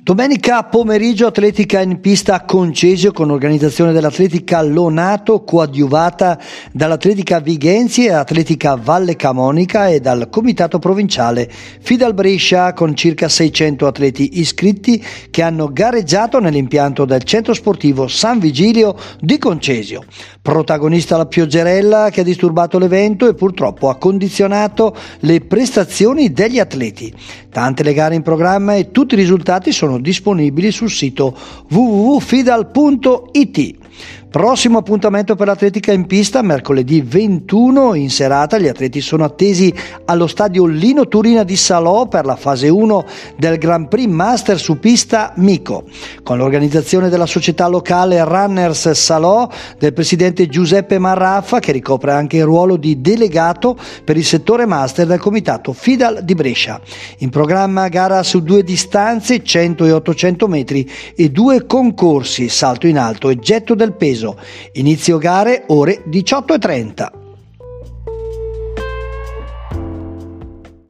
Domenica pomeriggio atletica in pista a Concesio con organizzazione dell'Atletica Lonato coadiuvata dall'Atletica Vigenzia e Atletica Valle Camonica e dal Comitato Provinciale Fidal Brescia con circa 600 atleti iscritti che hanno gareggiato nell'impianto del centro sportivo San Vigilio di Concesio. Protagonista la pioggerella che ha disturbato l'evento e purtroppo ha condizionato le prestazioni degli atleti. Tante le gare in programma e tutti i risultati sono disponibili sul sito www.fidal.it. Prossimo appuntamento per l'atletica in pista mercoledì 21 in serata. Gli atleti sono attesi allo stadio Lino Turina di Salò per la fase 1 del Grand Prix Master su pista Mico, con l'organizzazione della società locale Runners Salò del presidente Giuseppe Marraffa, che ricopre anche il ruolo di delegato per il settore master del comitato Fidal di Brescia. In programma gara su 2 distanze, 100 e 800 metri e 2 concorsi, salto in alto e getto del peso. Inizio gare ore 18:30.